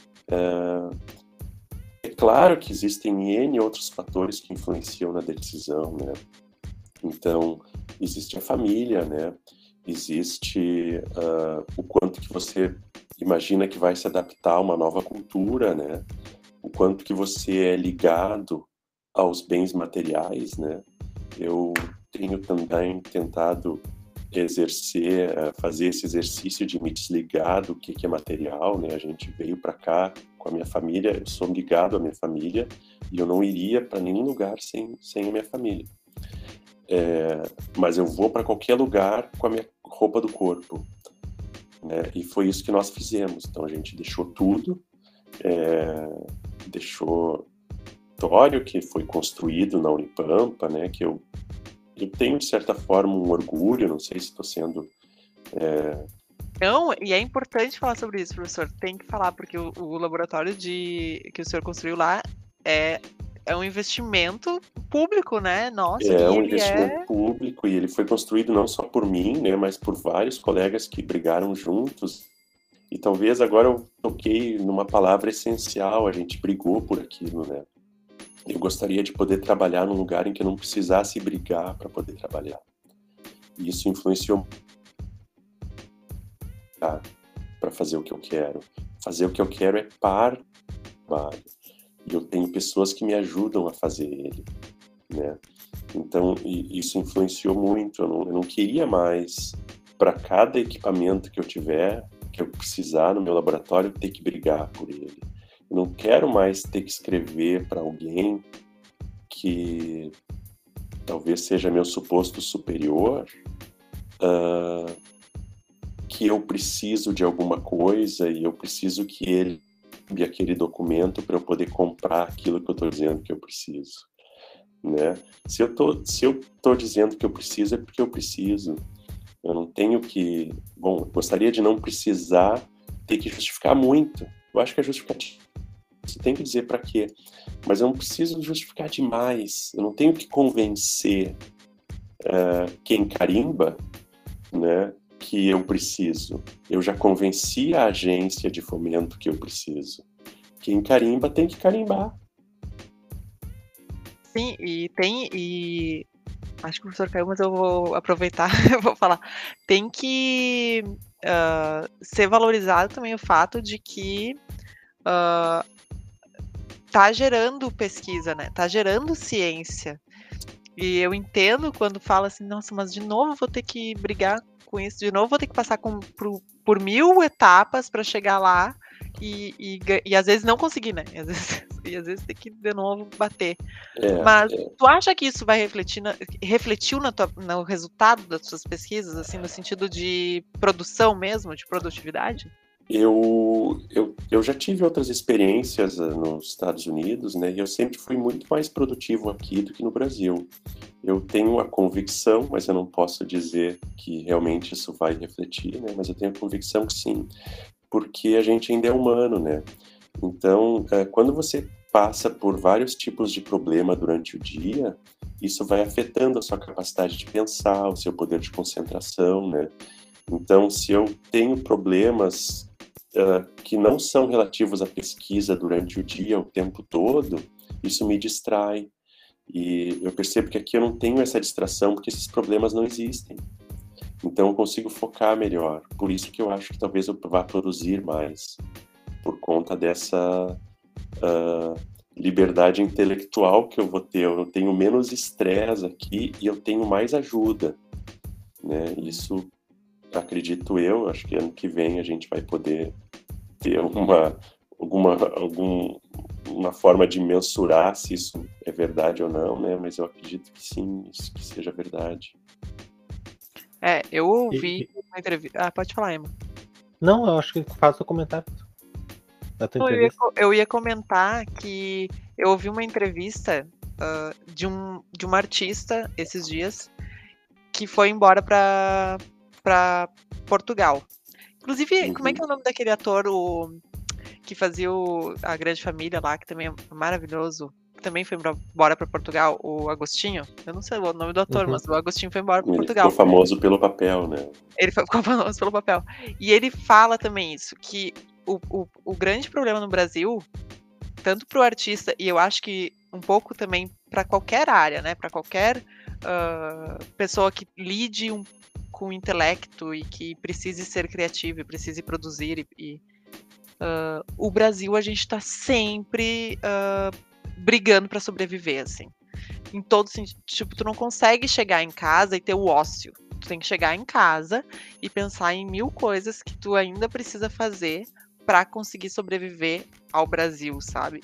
É claro que existem N outros fatores que influenciam na decisão, né? Então, existe a família, né? Existe o quanto que você imagina que vai se adaptar a uma nova cultura, né? O quanto que você é ligado aos bens materiais, né? Eu tenho também tentado fazer esse exercício de me desligar do que é material, né? A gente veio para cá com a minha família, eu sou ligado à minha família e eu não iria para nenhum lugar sem a minha família. Mas eu vou para qualquer lugar com a minha roupa do corpo, né? E foi isso que nós fizemos. Então a gente deixou tudo, deixou o que foi construído na Unipampa, né? Que eu tenho de certa forma um orgulho, não sei se estou sendo Não, e é importante falar sobre isso, professor. Tem que falar, porque o laboratório que o senhor construiu lá é um investimento público, né? Nossa, é um investimento público, e ele foi construído não só por mim, né, mas por vários colegas que brigaram juntos. E talvez agora eu toquei numa palavra essencial, a gente brigou por aquilo, né? Eu gostaria de poder trabalhar num lugar em que eu não precisasse brigar para poder trabalhar. E isso influenciou para fazer o que eu quero. Fazer o que eu quero é parte do trabalho. E eu tenho pessoas que me ajudam a fazer ele, né? Então, isso influenciou muito. Eu não queria mais, para cada equipamento que eu tiver, que eu precisar no meu laboratório, ter que brigar por ele. Eu não quero mais ter que escrever para alguém que talvez seja meu suposto superior, que eu preciso de alguma coisa e eu preciso que ele envie aquele documento para eu poder comprar aquilo que eu estou dizendo que eu preciso, né? Se eu tô dizendo que eu preciso, é porque eu preciso. Eu não tenho que... Bom, eu gostaria de não precisar ter que justificar muito. Eu acho que é justificativo. Você tem que dizer para quê. Mas eu não preciso justificar demais. Eu não tenho que convencer quem carimba, né, que eu preciso. Eu já convenci a agência de fomento que eu preciso. Quem carimba tem que carimbar. Sim, acho que o professor caiu, mas eu vou aproveitar, eu vou falar. Tem que ser valorizado também o fato de que tá gerando pesquisa, né? Tá gerando ciência. E eu entendo quando fala assim, nossa, mas de novo vou ter que brigar com isso, de novo vou ter que passar por 1000 etapas para chegar lá e às vezes não conseguir, né? E às vezes ter que de novo bater. Mas tu acha que isso vai refletiu no resultado das suas pesquisas, assim, no sentido de produção mesmo, de produtividade? Eu já tive outras experiências nos Estados Unidos, né? E eu sempre fui muito mais produtivo aqui do que no Brasil. Eu tenho a convicção, mas eu não posso dizer que realmente isso vai refletir, né? Mas eu tenho a convicção que sim, porque a gente ainda é humano, né? Então, quando você passa por vários tipos de problema durante o dia, isso vai afetando a sua capacidade de pensar, o seu poder de concentração, né? Então, se eu tenho problemas que não são relativos à pesquisa durante o dia, o tempo todo, isso me distrai. E eu percebo que aqui eu não tenho essa distração porque esses problemas não existem. Então, eu consigo focar melhor. Por isso que eu acho que talvez eu vá produzir mais, por conta dessa liberdade intelectual que eu vou ter. Eu tenho menos estresse aqui e eu tenho mais ajuda, né? Isso, acredito eu, acho que ano que vem a gente vai poder ter uma forma de mensurar se isso é verdade ou não, né? Mas eu acredito que sim, isso que seja verdade. Eu ouvi uma entrevista... Ah, pode falar, Emma. Não, eu acho que faça o comentário da tua entrevista. Eu ia comentar que eu ouvi uma entrevista de uma artista esses dias que foi embora para Portugal. Inclusive, como é que é o nome daquele ator que fazia a Grande Família lá, que também é maravilhoso, que também foi embora para Portugal, o Agostinho? Eu não sei o nome do ator, mas o Agostinho foi embora para Portugal. Ele ficou famoso pelo papel, né? Ele ficou famoso pelo papel. E ele fala também isso, que o grande problema no Brasil, tanto para o artista, e eu acho que um pouco também para qualquer área, né? Para qualquer pessoa que lide com o intelecto e que precise ser criativo e precise produzir. O Brasil, a gente está sempre brigando para sobreviver, assim. Em todo sentido. Tipo, tu não consegue chegar em casa e ter o ócio. Tu tem que chegar em casa e pensar em 1000 coisas que tu ainda precisa fazer para conseguir sobreviver ao Brasil, sabe?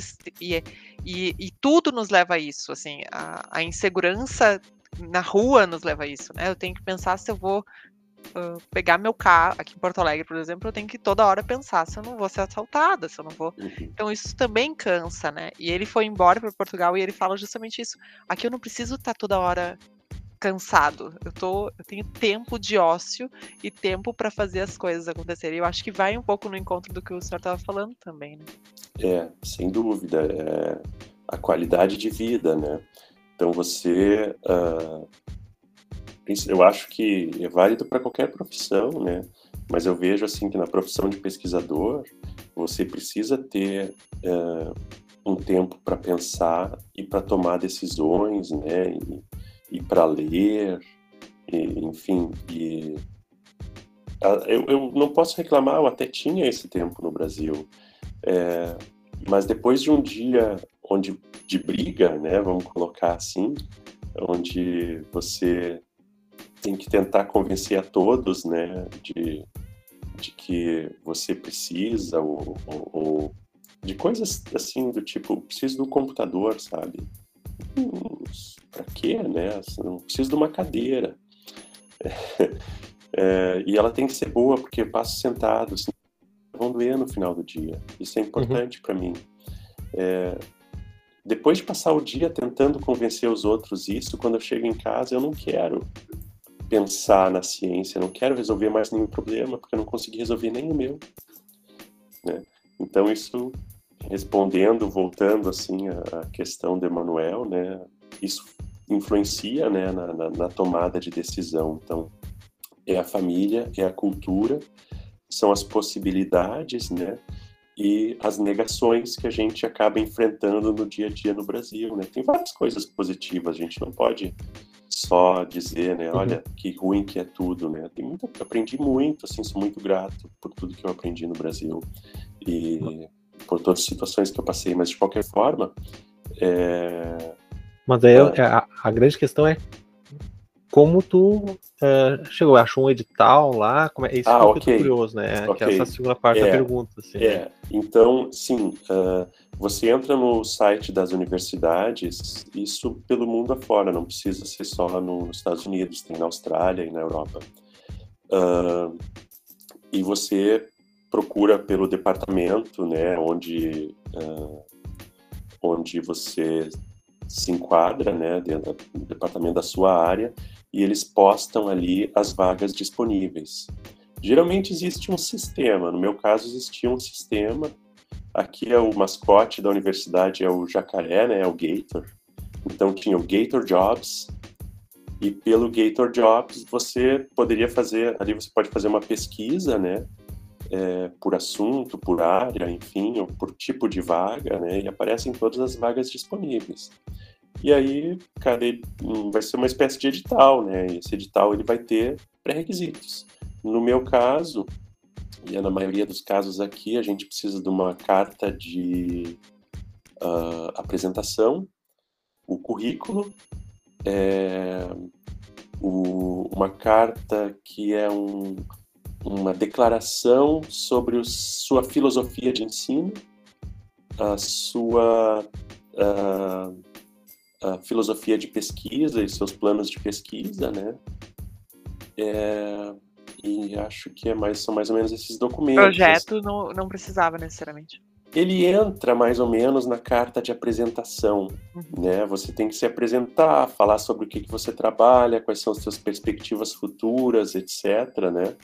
E tudo nos leva a isso, assim, a insegurança na rua nos leva a isso, né? Eu tenho que pensar se eu vou pegar meu carro, aqui em Porto Alegre, por exemplo, eu tenho que toda hora pensar se eu não vou ser assaltada, se eu não vou... Então isso também cansa, né? E ele foi embora para Portugal e ele fala justamente isso. Aqui eu não preciso estar toda hora cansado. Eu tenho tempo de ócio e tempo para fazer as coisas acontecerem. Eu acho que vai um pouco no encontro do que o senhor estava falando também, né? Sem dúvida. A qualidade de vida, né? Então você... eu acho que é válido para qualquer profissão, né? Mas eu vejo assim que na profissão de pesquisador você precisa ter um tempo para pensar e para tomar decisões, né? E para ler, enfim. Eu não posso reclamar, eu até tinha esse tempo no Brasil, mas depois de um dia de briga, né? Vamos colocar assim, onde você tem que tentar convencer a todos, né, de que você precisa, ou de coisas assim do tipo, preciso do computador, sabe? Pra quê, né? Não preciso de uma cadeira. E ela tem que ser boa, porque eu passo sentado, senão vão doer no final do dia. Isso é importante para mim. Depois de passar o dia tentando convencer os outros isso, quando eu chego em casa, eu não quero pensar na ciência, não quero resolver mais nenhum problema, porque eu não consegui resolver nem o meu, né? Então isso, voltando assim à questão do Emanuel, né? Isso influencia, né, na tomada de decisão. Então, é a família, é a cultura, são as possibilidades, né? E as negações que a gente acaba enfrentando no dia a dia no Brasil, né? Tem várias coisas positivas, a gente não pode só dizer, né, olha, que ruim que é tudo, né? Aprendi muito, assim, sou muito grato por tudo que eu aprendi no Brasil e por todas as situações que eu passei, mas de qualquer forma... Mas aí a grande questão é como tu chegou, achou um edital lá, isso que eu tô curioso, né? Que é essa segunda parte da pergunta. Assim, né? Então, sim, você entra no site das universidades, isso pelo mundo afora, não precisa ser só nos Estados Unidos, tem na Austrália e na Europa. E você procura pelo departamento, né, onde você se enquadra, né, dentro do departamento da sua área, e eles postam ali as vagas disponíveis. Geralmente existe um sistema, no meu caso existia um sistema. Aqui é o mascote da universidade, é o jacaré, né, é o Gator. Então tinha o Gator Jobs, e pelo Gator Jobs você poderia fazer, ali você pode fazer uma pesquisa, né, por assunto, por área, enfim, ou por tipo de vaga, né, e aparecem todas as vagas disponíveis. E aí, cara, vai ser uma espécie de edital, né, e esse edital ele vai ter pré-requisitos. No meu caso, e na maioria dos casos aqui, a gente precisa de uma carta de apresentação, o currículo, uma carta que é uma declaração sobre sua filosofia de ensino, a sua filosofia de pesquisa e seus planos de pesquisa, né? E acho que são mais ou menos esses documentos. Projeto não precisava necessariamente. Ele entra mais ou menos na carta de apresentação, né? Você tem que se apresentar, falar sobre o que você trabalha, quais são as suas perspectivas futuras, etc., né?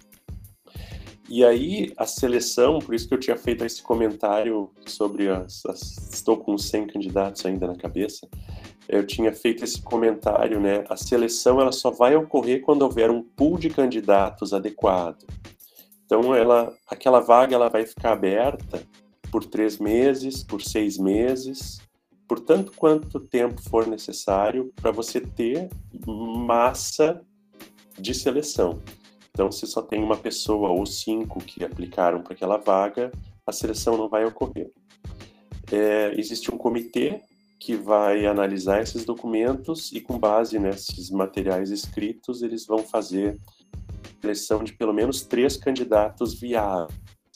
E aí, a seleção, por isso que eu tinha feito esse comentário sobre estou com 100 candidatos ainda na cabeça, eu tinha feito esse comentário, né? A seleção ela só vai ocorrer quando houver um pool de candidatos adequado. Então, aquela vaga ela vai ficar aberta por 3 meses, por 6 meses, por tanto quanto tempo for necessário para você ter massa de seleção. Então, se só tem uma pessoa ou 5 que aplicaram para aquela vaga, a seleção não vai ocorrer. Existe um comitê que vai analisar esses documentos e, com base nesses materiais escritos, eles vão fazer a seleção de pelo menos 3 candidatos viáveis.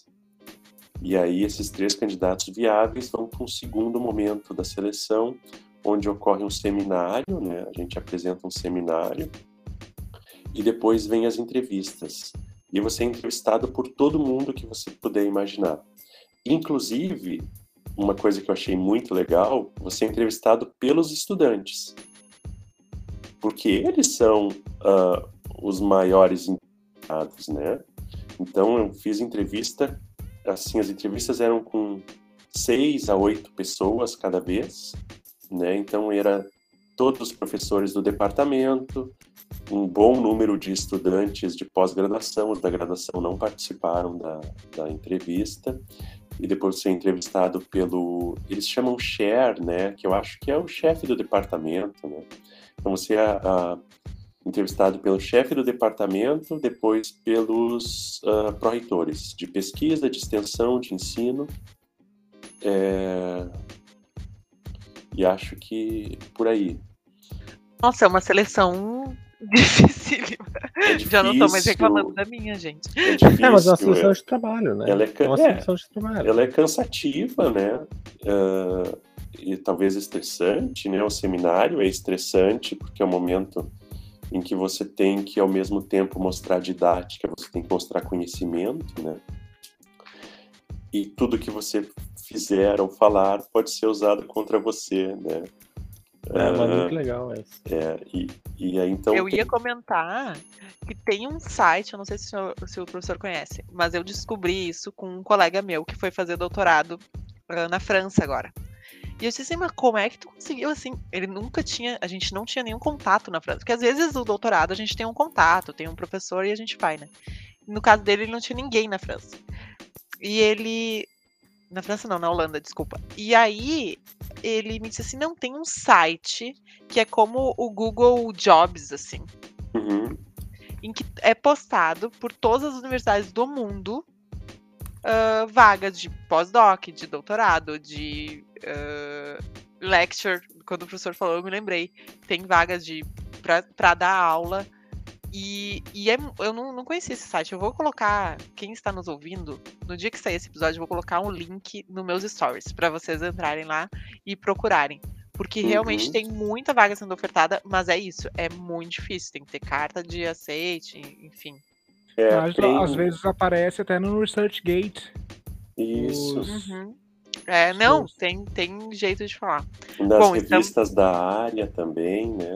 E aí, esses 3 candidatos viáveis vão para um segundo momento da seleção, onde ocorre um seminário, né? A gente apresenta um seminário, e depois vem as entrevistas. E você é entrevistado por todo mundo que você puder imaginar. Inclusive, uma coisa que eu achei muito legal, você é entrevistado pelos estudantes. Porque eles são os maiores interessados, né? Então, eu fiz entrevista, assim, as entrevistas eram com 6 a 8 pessoas cada vez, né? Então, era todos os professores do departamento, um bom número de estudantes de pós-graduação, os da graduação não participaram da entrevista, e depois ser entrevistado eles chamam chair, né, que eu acho que é o chefe do departamento, né? Então você é entrevistado pelo chefe do departamento, depois pelos pró-reitores de pesquisa, de extensão, de ensino, e acho que por aí. Nossa, é uma seleção dificílima. Difícil, já não tô mais reclamando da minha, gente. É difícil. Mas é uma seleção de trabalho, né? Ela é uma seleção de trabalho. Ela é cansativa, né? E talvez estressante, né? O seminário é estressante, porque é um momento em que você tem que, ao mesmo tempo, mostrar didática, você tem que mostrar conhecimento, né? E tudo que você fizer ou falar pode ser usado contra você, né? Mas muito legal isso. E aí, então, eu ia comentar que tem um site, eu não sei se o professor conhece, mas eu descobri isso com um colega meu que foi fazer doutorado na França agora. E eu disse assim, mas como é que tu conseguiu assim? A gente não tinha nenhum contato na França, porque às vezes o doutorado a gente tem um contato, tem um professor e a gente vai, né? No caso dele, ele não tinha ninguém na França. E ele... Na França não, na Holanda, desculpa. E aí, ele me disse assim, não, tem um site que é como o Google Jobs, assim. Em que é postado por todas as universidades do mundo vagas de pós-doc, de doutorado, de lecture. Quando o professor falou, eu me lembrei. Tem vagas para dar aula. Eu não conhecia esse site. Eu vou colocar, quem está nos ouvindo, no dia que sair esse episódio, eu vou colocar um link nos meus stories para vocês entrarem lá e procurarem. Porque realmente tem muita vaga sendo ofertada, mas é isso, é muito difícil. Tem que ter carta de aceite, enfim. Mas às vezes aparece até no ResearchGate. Isso. Não, tem jeito de falar. Nas revistas da área também, né?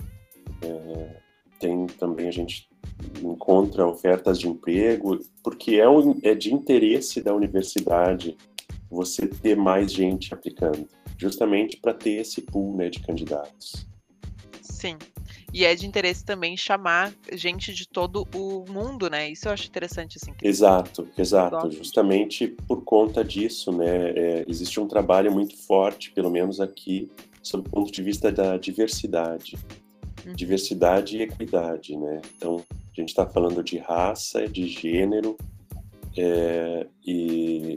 Tem também, a gente encontra ofertas de emprego, porque é de interesse da universidade você ter mais gente aplicando, justamente para ter esse pool, né, de candidatos. Sim. E é de interesse também chamar gente de todo o mundo, né? Isso eu acho interessante, assim. Exato. Justamente por conta disso, né? Existe um trabalho muito forte, pelo menos aqui, sob o ponto de vista da diversidade. Diversidade e equidade, né? Então, a gente está falando de raça, de gênero e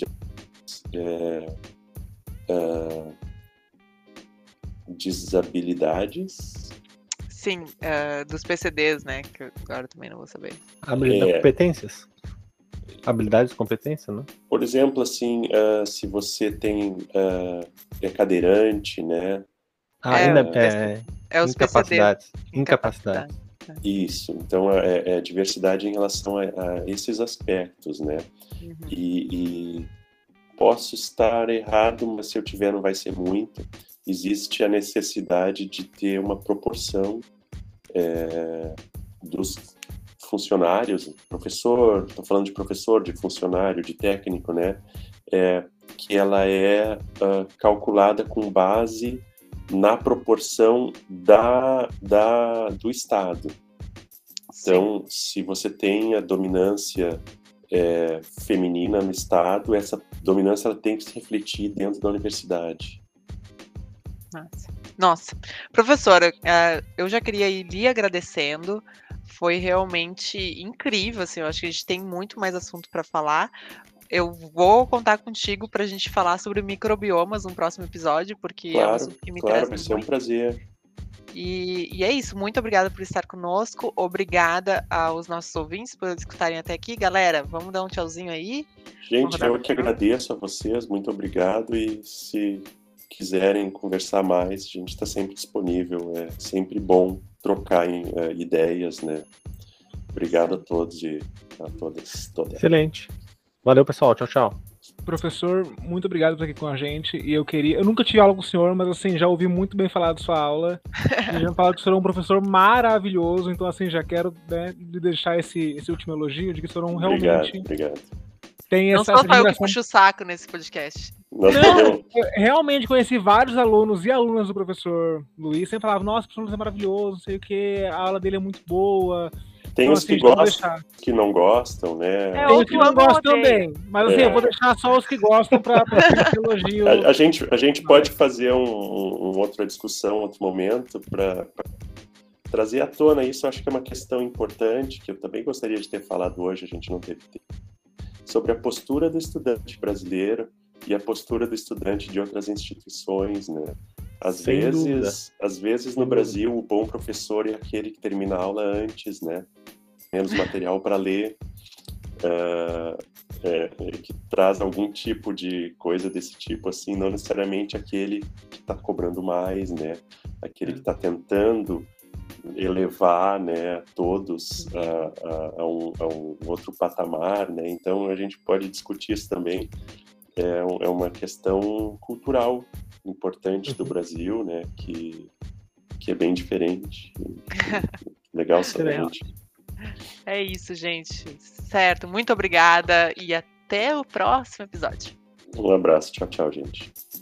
desabilidades. Sim, dos PCDs, né? Que agora também não vou saber. Competências. Habilidades e competências, né? Por exemplo, assim, se você é cadeirante, né? Os incapacidades. PCDs. Incapacidades. Isso. Então, é diversidade em relação a esses aspectos, né? E posso estar errado, mas se eu tiver não vai ser muito. Existe a necessidade de ter uma proporção dos funcionários, professor, estou falando de professor, de funcionário, de técnico, né? Que ela é calculada com base na proporção do Estado. Então, se você tem a dominância feminina no Estado, essa dominância ela tem que se refletir dentro da universidade. Nossa. Professora, eu já queria ir lhe agradecendo. Foi realmente incrível, assim, eu acho que a gente tem muito mais assunto para falar. Eu vou contar contigo para a gente falar sobre microbiomas no próximo episódio, porque é um assunto que me interessa vai ser muito. Um prazer. E é isso, muito obrigada por estar conosco, obrigada aos nossos ouvintes por escutarem até aqui. Galera, vamos dar um tchauzinho aí? Gente, eu que agradeço a vocês, muito obrigado, e se quiserem conversar mais, a gente está sempre disponível, é sempre bom trocar ideias, né? Obrigado a todos e a todas. Excelente. Valeu, pessoal. Tchau, tchau. Professor, muito obrigado por estar aqui com a gente. E eu nunca tive aula com o senhor, mas assim, já ouvi muito bem falar da sua aula. E já falaram que o senhor é um professor maravilhoso, então assim, já quero, né, lhe deixar esse último elogio de que o senhor realmente... Obrigado. Tem não essa só eu que puxo o saco nesse podcast. Não, eu realmente conheci vários alunos e alunas do professor Luiz, sempre falavam, nossa, o professor Luiz é maravilhoso, não sei o que, a aula dele é muito boa. Tem então, os que gostam, os que não gostam, né? Tem os que não gostam também, mas assim, eu vou deixar só os que gostam para esse elogio. A gente pode fazer outra discussão, outro momento, para trazer à tona isso. Eu acho que é uma questão importante, que eu também gostaria de ter falado hoje, a gente não teve tempo, sobre a postura do estudante brasileiro e a postura do estudante de outras instituições, né? Às vezes no Brasil o bom professor é aquele que termina a aula antes, né? Menos material para ler, que traz algum tipo de coisa desse tipo, assim, não necessariamente aquele que está cobrando mais, né? Aquele que está tentando elevar, né, todos a um outro patamar, né? Então a gente pode discutir isso também. É uma questão cultural importante do Brasil, né, que é bem diferente. Legal saber. É isso, gente. Certo, muito obrigada e até o próximo episódio. Um abraço, tchau, gente.